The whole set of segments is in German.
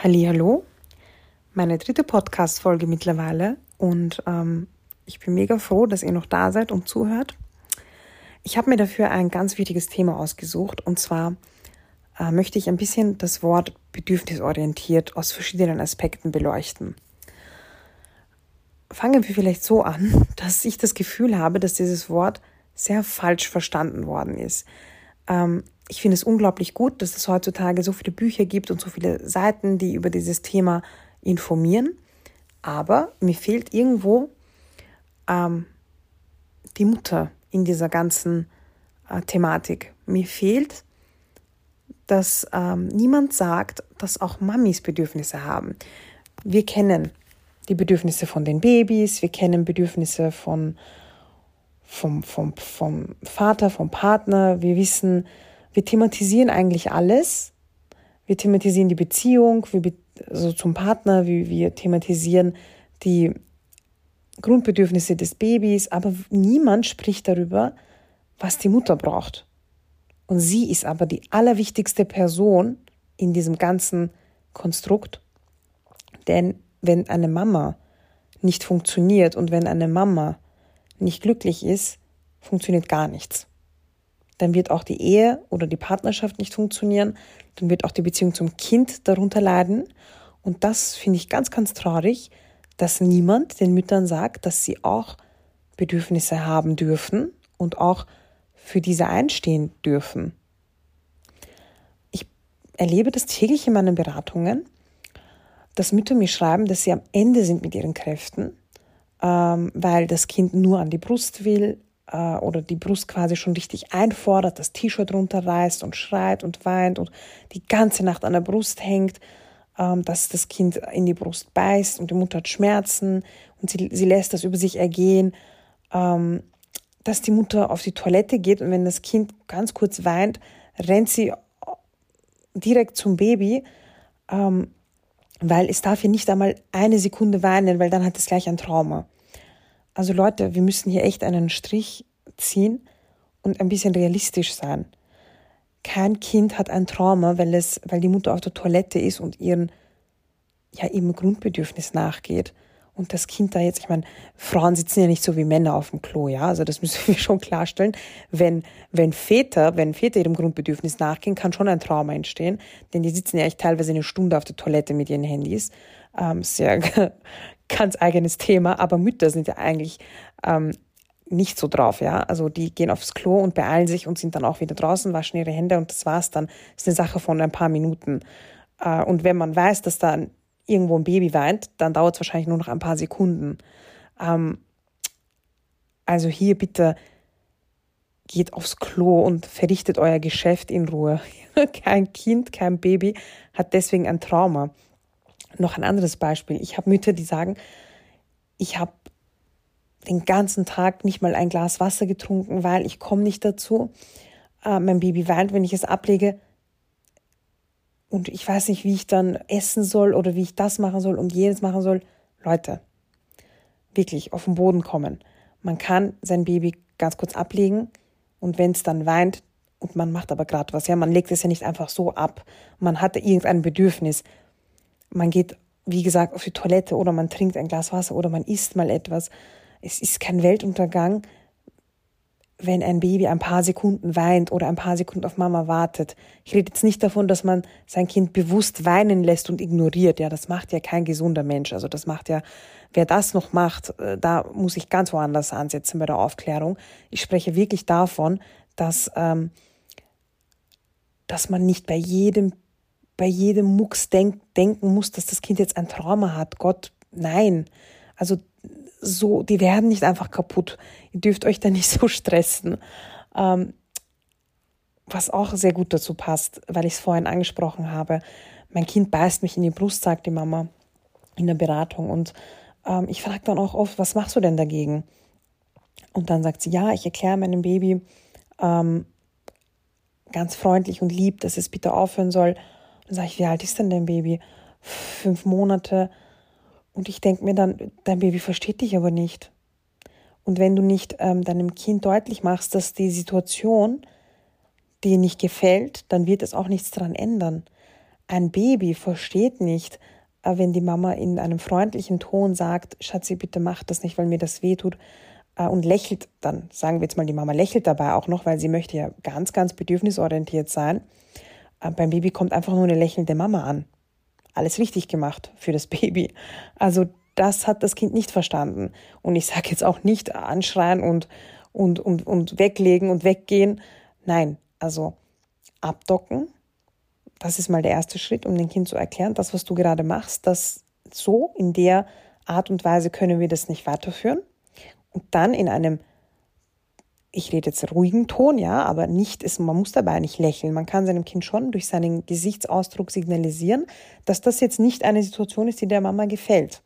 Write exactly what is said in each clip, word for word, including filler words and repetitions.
Hallihallo, meine dritte Podcast-Folge mittlerweile und ähm, ich bin mega froh, dass ihr noch da seid und zuhört. Ich habe mir dafür ein ganz wichtiges Thema ausgesucht und zwar äh, möchte ich ein bisschen das Wort bedürfnisorientiert aus verschiedenen Aspekten beleuchten. Fangen wir vielleicht so an, dass ich das Gefühl habe, dass dieses Wort sehr falsch verstanden worden ist. Ähm, Ich finde es unglaublich gut, dass es heutzutage so viele Bücher gibt und so viele Seiten, die über dieses Thema informieren. Aber mir fehlt irgendwo ähm, die Mutter in dieser ganzen äh, Thematik. Mir fehlt, dass ähm, niemand sagt, dass auch Mamis Bedürfnisse haben. Wir kennen die Bedürfnisse von den Babys, wir kennen Bedürfnisse von, vom, vom, vom Vater, vom Partner. Wir wissen, wir thematisieren eigentlich alles. Wir thematisieren die Beziehung wir, also zum Partner, wir, wir thematisieren die Grundbedürfnisse des Babys, aber niemand spricht darüber, was die Mutter braucht. Und sie ist aber die allerwichtigste Person in diesem ganzen Konstrukt. Denn wenn eine Mama nicht funktioniert und wenn eine Mama nicht glücklich ist, funktioniert gar nichts. Dann wird auch die Ehe oder die Partnerschaft nicht funktionieren, dann wird auch die Beziehung zum Kind darunter leiden. Und das finde ich ganz, ganz traurig, dass niemand den Müttern sagt, dass sie auch Bedürfnisse haben dürfen und auch für diese einstehen dürfen. Ich erlebe das täglich in meinen Beratungen, dass Mütter mir schreiben, dass sie am Ende sind mit ihren Kräften, ähm, weil das Kind nur an die Brust will, oder die Brust quasi schon richtig einfordert, das T-Shirt runterreißt und schreit und weint und die ganze Nacht an der Brust hängt, dass das Kind in die Brust beißt und die Mutter hat Schmerzen und sie, sie lässt das über sich ergehen, dass die Mutter auf die Toilette geht und wenn das Kind ganz kurz weint, rennt sie direkt zum Baby, weil es darf hier nicht einmal eine Sekunde weinen, weil dann hat es gleich ein Trauma. Also Leute, wir müssen hier echt einen Strich ziehen und ein bisschen realistisch sein. Kein Kind hat ein Trauma, weil es, weil die Mutter auf der Toilette ist und ihren, ja, ihrem Grundbedürfnis nachgeht. Und das Kind da jetzt, ich meine, Frauen sitzen ja nicht so wie Männer auf dem Klo, ja, also das müssen wir schon klarstellen. Wenn, wenn Väter, wenn Väter ihrem Grundbedürfnis nachgehen, kann schon ein Trauma entstehen, denn die sitzen ja echt teilweise eine Stunde auf der Toilette mit ihren Handys. Ähm, sehr ganz eigenes Thema, aber Mütter sind ja eigentlich ähm, nicht so drauf, ja. Also die gehen aufs Klo und beeilen sich und sind dann auch wieder draußen, waschen ihre Hände und das war's dann. Das ist eine Sache von ein paar Minuten. Äh, und wenn man weiß, dass da irgendwo ein Baby weint, dann dauert es wahrscheinlich nur noch ein paar Sekunden. Ähm, also hier bitte geht aufs Klo und verrichtet euer Geschäft in Ruhe. Kein Kind, kein Baby hat deswegen ein Trauma. Noch ein anderes Beispiel. Ich habe Mütter, die sagen, ich habe den ganzen Tag nicht mal ein Glas Wasser getrunken, weil ich komme nicht dazu. Äh, mein Baby weint, wenn ich es ablege. Und ich weiß nicht, wie ich dann essen soll oder wie ich das machen soll und jenes machen soll. Leute, wirklich auf den Boden kommen. Man kann sein Baby ganz kurz ablegen und wenn es dann weint und man macht aber gerade was, ja, man legt es ja nicht einfach so ab. Man hatte irgendein Bedürfnis. Man geht, wie gesagt, auf die Toilette oder man trinkt ein Glas Wasser oder man isst mal etwas. Es ist kein Weltuntergang, wenn ein Baby ein paar Sekunden weint oder ein paar Sekunden auf Mama wartet. Ich rede jetzt nicht davon, dass man sein Kind bewusst weinen lässt und ignoriert. Ja, das macht ja kein gesunder Mensch. Also das macht ja, wer das noch macht, da muss ich ganz woanders ansetzen bei der Aufklärung. Ich spreche wirklich davon, dass, ähm, dass man nicht bei jedem bei jedem Mucks denk, denken muss, dass das Kind jetzt ein Trauma hat. Gott, nein. Also so, die werden nicht einfach kaputt. Ihr dürft euch da nicht so stressen. Ähm, was auch sehr gut dazu passt, weil ich es vorhin angesprochen habe. Mein Kind beißt mich in die Brust, sagt die Mama in der Beratung. Und ähm, ich frage dann auch oft, was machst du denn dagegen? Und dann sagt sie, ja, ich erkläre meinem Baby ähm, ganz freundlich und lieb, dass es bitte aufhören soll. Dann sage ich, wie alt ist denn dein Baby? Fünf Monate. Und ich denke mir dann, dein Baby versteht dich aber nicht. Und wenn du nicht ähm, deinem Kind deutlich machst, dass die Situation dir nicht gefällt, dann wird es auch nichts daran ändern. ein Baby versteht nicht, äh, wenn die Mama in einem freundlichen Ton sagt, Schatzi, bitte mach das nicht, weil mir das wehtut, äh, und lächelt dann, sagen wir jetzt mal, die Mama lächelt dabei auch noch, weil sie möchte ja ganz, ganz bedürfnisorientiert sein. Äh, beim Baby kommt einfach nur eine lächelnde Mama an. Alles richtig gemacht für das Baby. Also das hat das Kind nicht verstanden. Und ich sage jetzt auch nicht anschreien und, und, und, und weglegen und weggehen. Nein, also abdocken. Das ist mal der erste Schritt, um dem Kind zu erklären, das, was du gerade machst, das so, in der Art und Weise können wir das nicht weiterführen. Und dann in einem, ich rede jetzt ruhigen Ton, ja, aber nicht, ist, man muss dabei nicht lächeln. Man kann seinem Kind schon durch seinen Gesichtsausdruck signalisieren, dass das jetzt nicht eine Situation ist, die der Mama gefällt.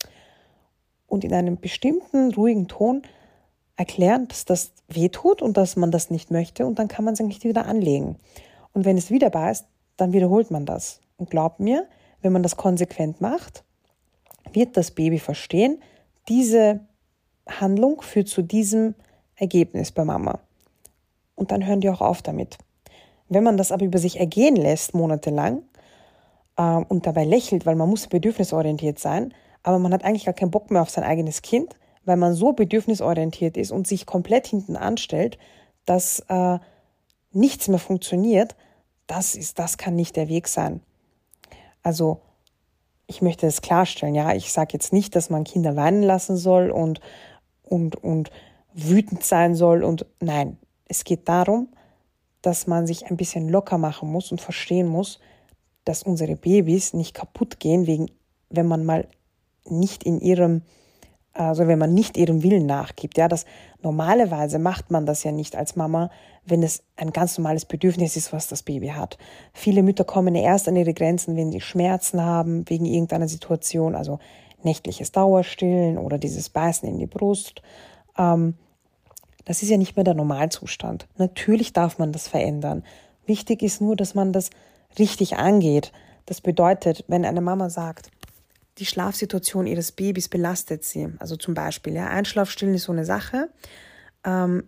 Und in einem bestimmten ruhigen Ton erklären, dass das wehtut und dass man das nicht möchte, und dann kann man es eigentlich wieder anlegen. Und wenn es wieder beißt, dann wiederholt man das. Und glaubt mir, wenn man das konsequent macht, wird das Baby verstehen, diese Handlung führt zu diesem Ergebnis bei Mama. Und dann hören die auch auf damit. Wenn man das aber über sich ergehen lässt, monatelang, äh, und dabei lächelt, weil man muss bedürfnisorientiert sein, aber man hat eigentlich gar keinen Bock mehr auf sein eigenes Kind, weil man so bedürfnisorientiert ist und sich komplett hinten anstellt, dass äh, nichts mehr funktioniert, das ist, das kann nicht der Weg sein. Also ich möchte das klarstellen, ja, ich sage jetzt nicht, dass man Kinder weinen lassen soll und, und, und wütend sein soll und nein, es geht darum, dass man sich ein bisschen locker machen muss und verstehen muss, dass unsere Babys nicht kaputt gehen, wegen, wenn man mal nicht in ihrem, also wenn man nicht ihrem Willen nachgibt. Ja, das normalerweise macht man das ja nicht als Mama, wenn es ein ganz normales Bedürfnis ist, was das Baby hat. Viele Mütter kommen erst an ihre Grenzen, wenn sie Schmerzen haben wegen irgendeiner Situation, also nächtliches Dauerstillen oder dieses Beißen in die Brust. Ähm, das ist ja nicht mehr der Normalzustand. Natürlich darf man das verändern. Wichtig ist nur, dass man das richtig angeht. Das bedeutet, wenn eine Mama sagt, die Schlafsituation ihres Babys belastet sie. Also zum Beispiel, ja, Einschlafstillen ist so eine Sache. Ähm,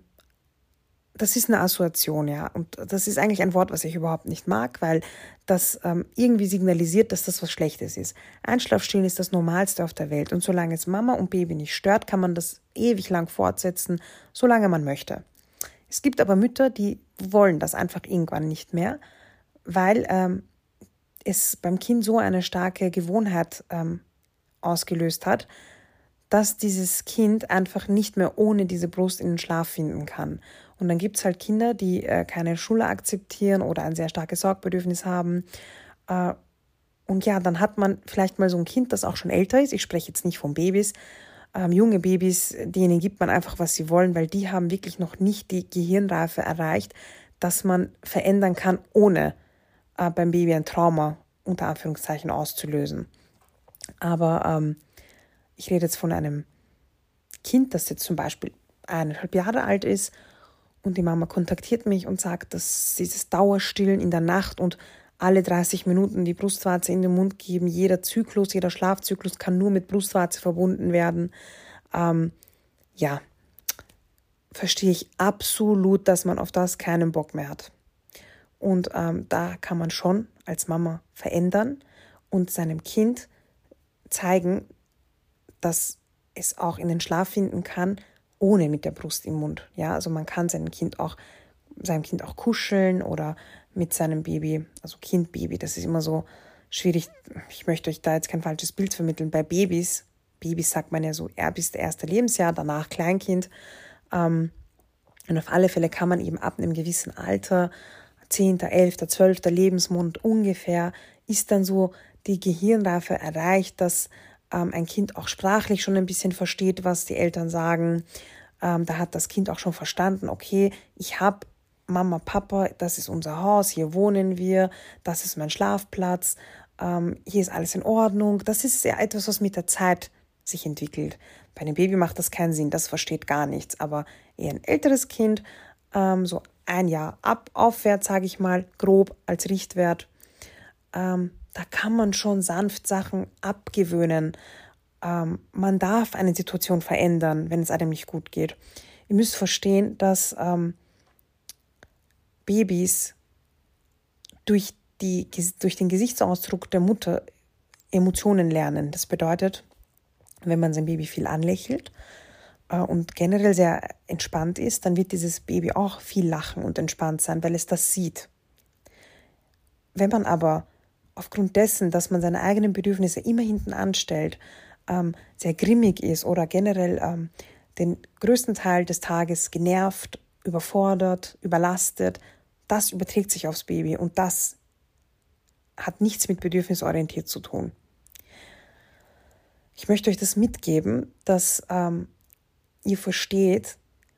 das ist eine Assoziation, ja. Und das ist eigentlich ein Wort, was ich überhaupt nicht mag, weil das ähm, irgendwie signalisiert, dass das was Schlechtes ist. Einschlafstillen ist das Normalste auf der Welt. Und solange es Mama und Baby nicht stört, kann man das ewig lang fortsetzen, solange man möchte. Es gibt aber Mütter, die wollen das einfach irgendwann nicht mehr, weil ähm, es beim Kind so eine starke Gewohnheit ähm, ausgelöst hat, dass dieses Kind einfach nicht mehr ohne diese Brust in den Schlaf finden kann. Und dann gibt es halt Kinder, die äh, keine Schule akzeptieren oder ein sehr starkes Sorgbedürfnis haben. Äh, und ja, dann hat man vielleicht mal so ein Kind, das auch schon älter ist. Ich spreche jetzt nicht von Babys. Ähm, junge Babys, denen gibt man einfach, was sie wollen, weil die haben wirklich noch nicht die Gehirnreife erreicht, dass man verändern kann, ohne äh, beim Baby ein Trauma unter Anführungszeichen auszulösen. Aber ähm, ich rede jetzt von einem Kind, das jetzt zum Beispiel eineinhalb Jahre alt ist und die Mama kontaktiert mich und sagt, dass dieses Dauerstillen in der Nacht und alle dreißig Minuten die Brustwarze in den Mund geben, jeder Zyklus, jeder Schlafzyklus kann nur mit Brustwarze verbunden werden. Ähm, ja, verstehe ich absolut, dass man auf das keinen Bock mehr hat. Und ähm, da kann man schon als Mama verändern und seinem Kind zeigen, dass es auch in den Schlaf finden kann, ohne mit der Brust im Mund. Ja, also man kann seinem Kind auch, seinem Kind auch kuscheln oder mit seinem Baby, also Kind-Baby, das ist immer so schwierig. Ich möchte euch da jetzt kein falsches Bild vermitteln. Bei Babys, Babys sagt man ja so, er bis das erste Lebensjahr, danach Kleinkind. Ähm, und auf alle Fälle kann man eben ab einem gewissen Alter, zehnter, elfter, zwölfter Lebensmonat ungefähr, ist dann so die Gehirnreife erreicht, dass ähm, ein Kind auch sprachlich schon ein bisschen versteht, was die Eltern sagen. Ähm, da hat das Kind auch schon verstanden, okay, ich habe Mama, Papa, das ist unser Haus, hier wohnen wir, das ist mein Schlafplatz, ähm, hier ist alles in Ordnung. Das ist ja etwas, was mit der Zeit sich entwickelt. Bei einem Baby macht das keinen Sinn, das versteht gar nichts, aber eher ein älteres Kind, ähm, so ein Jahr ab, aufwärts, sage ich mal, grob als Richtwert, ähm, da kann man schon sanft Sachen abgewöhnen. Ähm, man darf eine Situation verändern, wenn es einem nicht gut geht. Ihr müsst verstehen, dass ähm, Babys durch die durch den Gesichtsausdruck der Mutter Emotionen lernen. Das bedeutet, wenn man sein Baby viel anlächelt äh, und generell sehr entspannt ist, dann wird dieses Baby auch viel lachen und entspannt sein, weil es das sieht. Wenn man aber aufgrund dessen, dass man seine eigenen Bedürfnisse immer hinten anstellt, ähm, sehr grimmig ist oder generell ähm, den größten Teil des Tages genervt, überfordert, überlastet, das überträgt sich aufs Baby und das hat nichts mit bedürfnisorientiert zu tun. Ich möchte euch das mitgeben, dass ähm, ihr versteht,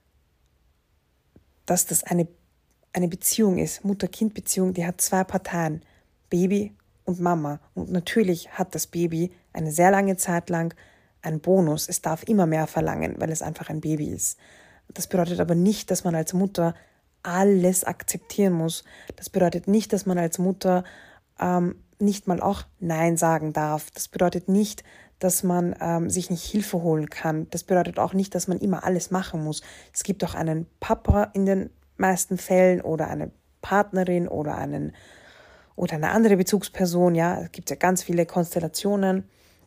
dass das eine, eine Beziehung ist, Mutter-Kind-Beziehung, die hat zwei Parteien, Baby und Mama. Und natürlich hat das Baby eine sehr lange Zeit lang einen Bonus. Es darf immer mehr verlangen, weil es einfach ein Baby ist. Das bedeutet aber nicht, dass man als Mutter alles akzeptieren muss. Das bedeutet nicht, dass man als Mutter ähm, nicht mal auch Nein sagen darf. Das bedeutet nicht, dass man ähm, sich nicht Hilfe holen kann. Das bedeutet auch nicht, dass man immer alles machen muss. Es gibt auch einen Papa in den meisten Fällen oder eine Partnerin oder einen oder eine andere Bezugsperson. Ja, es gibt ja ganz viele Konstellationen.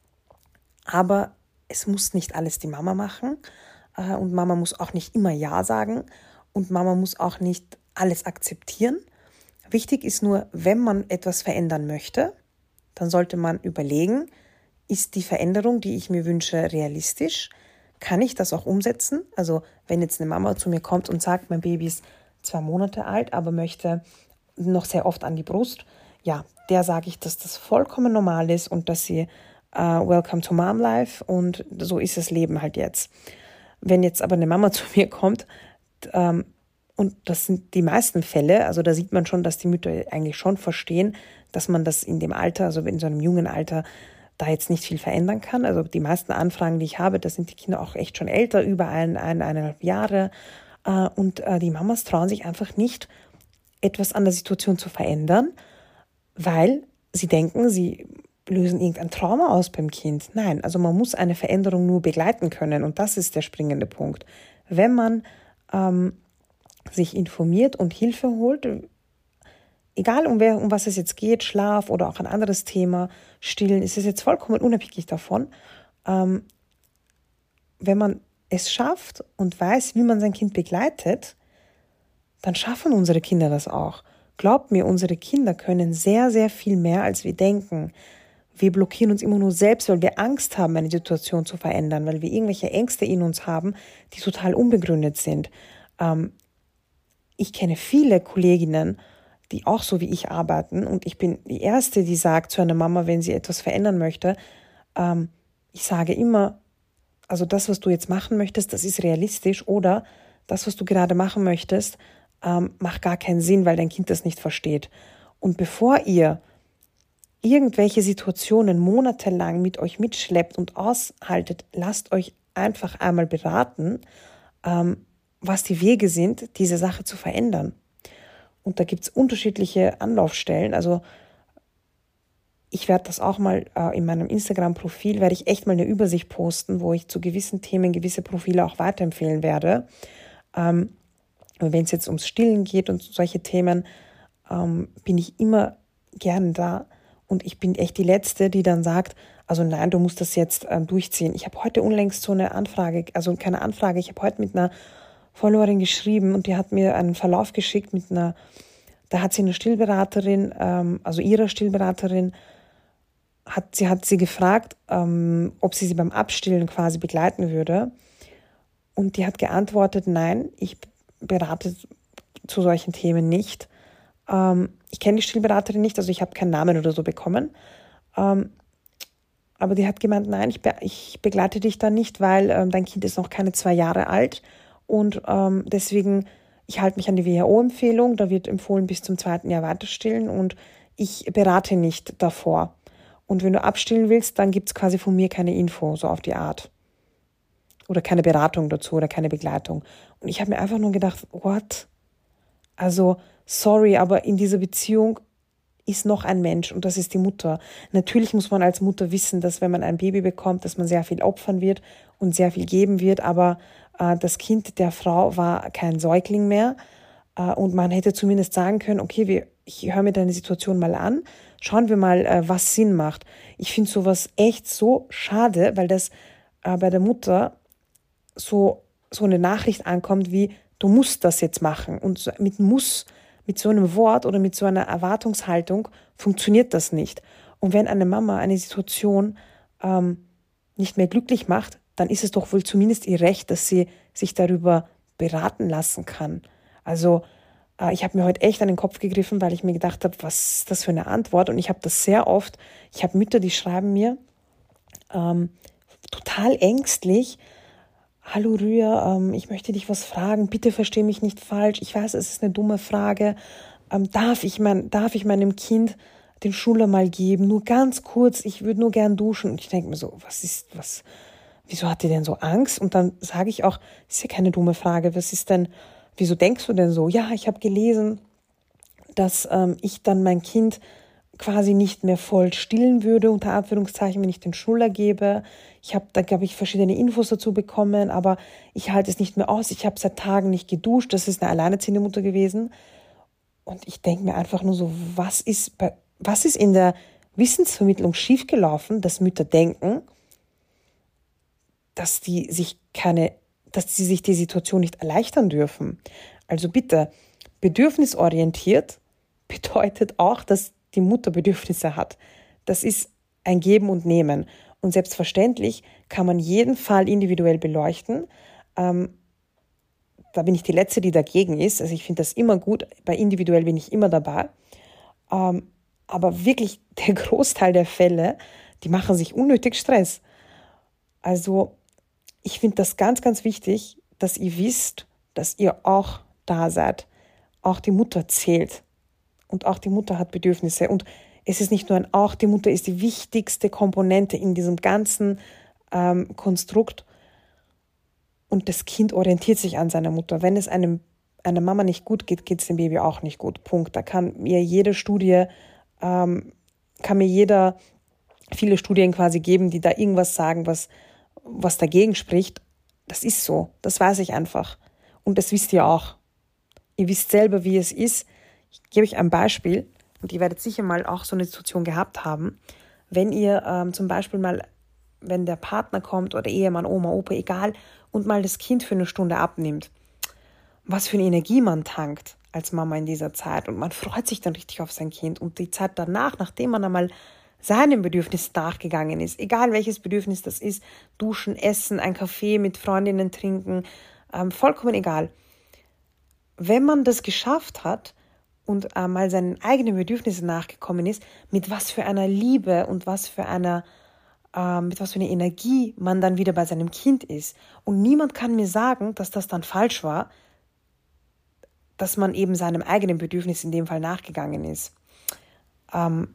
Aber es muss nicht alles die Mama machen äh, und Mama muss auch nicht immer Ja sagen und Mama muss auch nicht alles akzeptieren. Wichtig ist nur, wenn man etwas verändern möchte, dann sollte man überlegen, ist die Veränderung, die ich mir wünsche, realistisch? Kann ich das auch umsetzen? Also wenn jetzt eine Mama zu mir kommt und sagt, mein Baby ist zwei Monate alt, aber möchte noch sehr oft an die Brust, ja, der sage ich, dass das vollkommen normal ist und dass sie uh, welcome to Mom Life und so ist das Leben halt jetzt. Wenn jetzt aber eine Mama zu mir kommt, ähm, und das sind die meisten Fälle, also da sieht man schon, dass die Mütter eigentlich schon verstehen, dass man das in dem Alter, also in so einem jungen Alter, da jetzt nicht viel verändern kann. Also die meisten Anfragen, die ich habe, da sind die Kinder auch echt schon älter, über ein, ein, eineinhalb Jahre. Und die Mamas trauen sich einfach nicht, etwas an der Situation zu verändern, weil sie denken, sie lösen irgendein Trauma aus beim Kind. Nein, also man muss eine Veränderung nur begleiten können und das ist der springende Punkt. Wenn man ähm, sich informiert und Hilfe holt, egal um, wer, um was es jetzt geht, Schlaf oder auch ein anderes Thema, Stillen, ist es jetzt vollkommen unabhängig davon. Ähm, wenn man es schafft und weiß, wie man sein Kind begleitet, dann schaffen unsere Kinder das auch. Glaubt mir, unsere Kinder können sehr, sehr viel mehr, als wir denken. Wir blockieren uns immer nur selbst, weil wir Angst haben, eine Situation zu verändern, weil wir irgendwelche Ängste in uns haben, die total unbegründet sind. Ähm, ich kenne viele Kolleginnen, die auch so wie ich arbeiten und ich bin die Erste, die sagt zu einer Mama, wenn sie etwas verändern möchte, ähm, ich sage immer, also das, was du jetzt machen möchtest, das ist realistisch oder das, was du gerade machen möchtest, ähm, macht gar keinen Sinn, weil dein Kind das nicht versteht. Und bevor ihr irgendwelche Situationen monatelang mit euch mitschleppt und aushaltet, lasst euch einfach einmal beraten, ähm, was die Wege sind, diese Sache zu verändern. Und da gibt es unterschiedliche Anlaufstellen. Also ich werde das auch mal äh, in meinem Instagram-Profil, werde ich echt mal eine Übersicht posten, wo ich zu gewissen Themen gewisse Profile auch weiterempfehlen werde. Ähm, wenn es jetzt ums Stillen geht und solche Themen, ähm, bin ich immer gern da. Und ich bin echt die Letzte, die dann sagt, also nein, du musst das jetzt ähm, durchziehen. Ich habe heute unlängst so eine Anfrage, also keine Anfrage, ich habe heute mit einer Followerin geschrieben und die hat mir einen Verlauf geschickt mit einer, da hat sie eine Stillberaterin, ähm, also ihre Stillberaterin, hat sie hat sie gefragt, ähm, ob sie sie beim Abstillen quasi begleiten würde. Und die hat geantwortet, nein, ich berate zu solchen Themen nicht. Ähm, ich kenne die Stillberaterin nicht, also ich habe keinen Namen oder so bekommen. Ähm, aber die hat gemeint, nein, ich, be- ich begleite dich da nicht, weil ähm, dein Kind ist noch keine zwei Jahre alt. Und ähm, deswegen, ich halte mich an die W H O-Empfehlung, da wird empfohlen, bis zum zweiten Jahr weiter stillen und ich berate nicht davor. Und wenn du abstillen willst, dann gibt es quasi von mir keine Info, so auf die Art. Oder keine Beratung dazu oder keine Begleitung. Und ich habe mir einfach nur gedacht, what? Also, sorry, aber in dieser Beziehung ist noch ein Mensch und das ist die Mutter. Natürlich muss man als Mutter wissen, dass wenn man ein Baby bekommt, dass man sehr viel opfern wird und sehr viel geben wird, aber äh, das Kind der Frau war kein Säugling mehr. Äh, und man hätte zumindest sagen können, okay, wir, ich höre mir deine Situation mal an, schauen wir mal, äh, was Sinn macht. Ich finde sowas echt so schade, weil das äh, bei der Mutter so, so eine Nachricht ankommt wie, du musst das jetzt machen. Und so, mit muss, mit so einem Wort oder mit so einer Erwartungshaltung funktioniert das nicht. Und wenn eine Mama eine Situation ähm, nicht mehr glücklich macht, dann ist es doch wohl zumindest ihr Recht, dass sie sich darüber beraten lassen kann. Also äh, ich habe mir heute echt an den Kopf gegriffen, weil ich mir gedacht habe, was ist das für eine Antwort? Und ich habe das sehr oft, ich habe Mütter, die schreiben mir ähm, total ängstlich, hallo Rüya, ähm, ich möchte dich was fragen, bitte versteh mich nicht falsch, ich weiß, es ist eine dumme Frage, ähm, darf ich mein, darf ich meinem Kind den Schnuller mal geben, nur ganz kurz, ich würde nur gern duschen. Und ich denke mir so, was ist, was, wieso hat die denn so Angst? Und dann sage ich auch, ist ja keine dumme Frage, was ist denn, wieso denkst du denn so? Ja, ich habe gelesen, dass ähm, ich dann mein Kind quasi nicht mehr voll stillen würde, unter Anführungszeichen, wenn ich den Schnuller gebe. Ich habe, da glaube ich, verschiedene Infos dazu bekommen, aber ich halte es nicht mehr aus. Ich habe seit Tagen nicht geduscht. Das ist eine alleinerziehende Mutter gewesen. Und ich denke mir einfach nur so, was ist bei, was ist in der Wissensvermittlung schiefgelaufen, dass Mütter denken, dass die sich keine, dass sie sich die Situation nicht erleichtern dürfen. Also bitte, bedürfnisorientiert bedeutet auch, dass die Mutter Bedürfnisse hat. Das ist ein Geben und Nehmen. Und selbstverständlich kann man jeden Fall individuell beleuchten. Ähm, da bin ich die Letzte, die dagegen ist. Also ich finde das immer gut. Bei individuell bin ich immer dabei. Ähm, aber wirklich der Großteil der Fälle, die machen sich unnötig Stress. Also ich finde das ganz, ganz wichtig, dass ihr wisst, dass ihr auch da seid. Auch die Mutter zählt. Und auch die Mutter hat Bedürfnisse. Und es ist nicht nur ein Auch, die Mutter ist die wichtigste Komponente in diesem ganzen ähm, Konstrukt. Und das Kind orientiert sich an seiner Mutter. Wenn es einem, einer Mama nicht gut geht, geht es dem Baby auch nicht gut. Punkt. Da kann mir jede Studie, ähm, kann mir jeder, viele Studien quasi geben, die da irgendwas sagen, was, was dagegen spricht. Das ist so. Das weiß ich einfach. Und das wisst ihr auch. Ihr wisst selber, wie es ist. Ich gebe euch ein Beispiel und ihr werdet sicher mal auch so eine Situation gehabt haben, wenn ihr ähm, zum Beispiel mal, wenn der Partner kommt oder Ehemann, Oma, Opa, egal, und mal das Kind für eine Stunde abnimmt, was für eine Energie man tankt als Mama in dieser Zeit und man freut sich dann richtig auf sein Kind und die Zeit danach, nachdem man einmal seinem Bedürfnis nachgegangen ist, egal welches Bedürfnis das ist, duschen, essen, ein Kaffee mit Freundinnen trinken, ähm, vollkommen egal. Wenn man das geschafft hat, und äh, mal seinen eigenen Bedürfnissen nachgekommen ist, mit was für einer Liebe und was für einer, äh, mit was für einer Energie man dann wieder bei seinem Kind ist. Und niemand kann mir sagen, dass das dann falsch war, dass man eben seinem eigenen Bedürfnis in dem Fall nachgegangen ist. Ähm,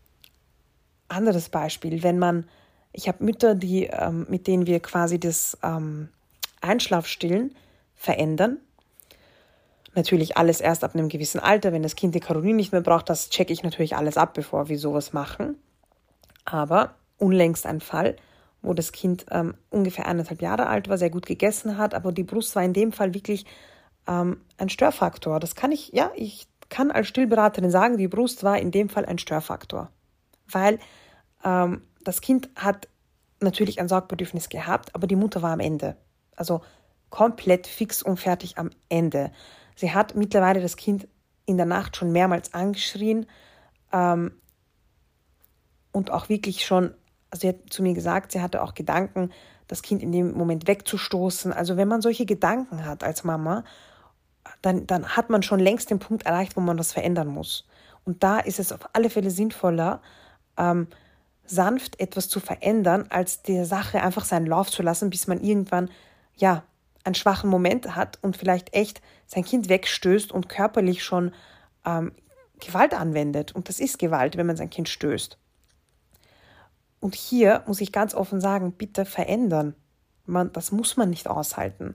anderes Beispiel, wenn man, ich habe Mütter, die, ähm, mit denen wir quasi das ähm, Einschlafstillen verändern. Natürlich alles erst ab einem gewissen Alter, wenn das Kind die Caroline nicht mehr braucht, das checke ich natürlich alles ab, bevor wir sowas machen. Aber unlängst ein Fall, wo das Kind ähm, ungefähr eineinhalb Jahre alt war, sehr gut gegessen hat, aber die Brust war in dem Fall wirklich ähm, ein Störfaktor. Das kann ich, ja, ich kann als Stillberaterin sagen, die Brust war in dem Fall ein Störfaktor. Weil ähm, das Kind hat natürlich ein Saugbedürfnis gehabt, aber die Mutter war am Ende. Also komplett fix und fertig am Ende. Sie hat mittlerweile das Kind in der Nacht schon mehrmals angeschrien ähm, und auch wirklich schon, also sie hat zu mir gesagt, sie hatte auch Gedanken, das Kind in dem Moment wegzustoßen. Also wenn man solche Gedanken hat als Mama, dann, dann hat man schon längst den Punkt erreicht, wo man das verändern muss. Und da ist es auf alle Fälle sinnvoller, ähm, sanft etwas zu verändern, als der Sache einfach seinen Lauf zu lassen, bis man irgendwann, ja, einen schwachen Moment hat und vielleicht echt sein Kind wegstößt und körperlich schon ähm, Gewalt anwendet. Und das ist Gewalt, wenn man sein Kind stößt. Und hier muss ich ganz offen sagen, bitte verändern. Man, das muss man nicht aushalten.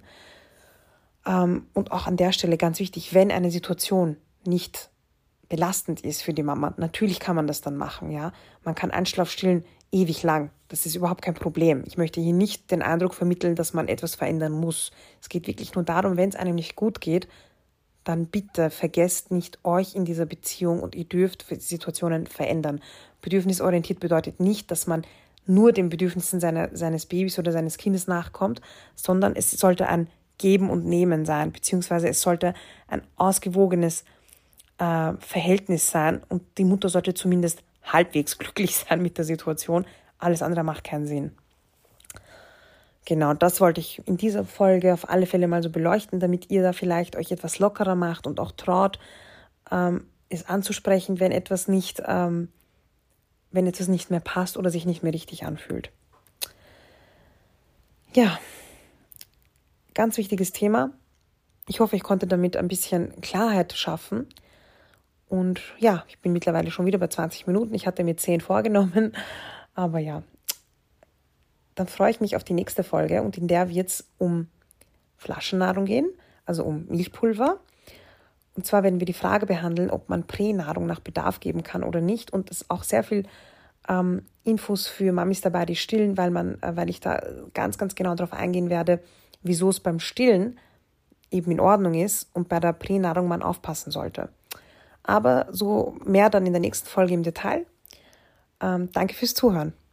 Ähm, und auch an der Stelle ganz wichtig, wenn eine Situation nicht belastend ist für die Mama, natürlich kann man das dann machen. Ja, man kann Einschlafstillen ewig lang. Das ist überhaupt kein Problem. Ich möchte hier nicht den Eindruck vermitteln, dass man etwas verändern muss. Es geht wirklich nur darum, wenn es einem nicht gut geht, dann bitte vergesst nicht euch in dieser Beziehung und ihr dürft Situationen verändern. Bedürfnisorientiert bedeutet nicht, dass man nur den Bedürfnissen seiner, seines Babys oder seines Kindes nachkommt, sondern es sollte ein Geben und Nehmen sein, beziehungsweise es sollte ein ausgewogenes äh, Verhältnis sein und die Mutter sollte zumindest halbwegs glücklich sein mit der Situation. Alles andere macht keinen Sinn. Genau, das wollte ich in dieser Folge auf alle Fälle mal so beleuchten, damit ihr da vielleicht euch etwas lockerer macht und auch traut, ähm, es anzusprechen, wenn etwas nicht, ähm, wenn etwas nicht mehr passt oder sich nicht mehr richtig anfühlt. Ja, ganz wichtiges Thema. Ich hoffe, ich konnte damit ein bisschen Klarheit schaffen. Und ja, ich bin mittlerweile schon wieder bei zwanzig Minuten. Ich hatte mir zehn vorgenommen, aber ja. Dann freue ich mich auf die nächste Folge und in der wird es um Flaschennahrung gehen, also um Milchpulver. Und zwar werden wir die Frage behandeln, ob man Pränahrung nach Bedarf geben kann oder nicht. Und es ist auch sehr viel ähm, Infos für Mamis dabei, die stillen, weil man, äh, weil ich da ganz, ganz genau darauf eingehen werde, wieso es beim Stillen eben in Ordnung ist und bei der Pränahrung man aufpassen sollte. Aber so mehr dann in der nächsten Folge im Detail. Ähm, danke fürs Zuhören.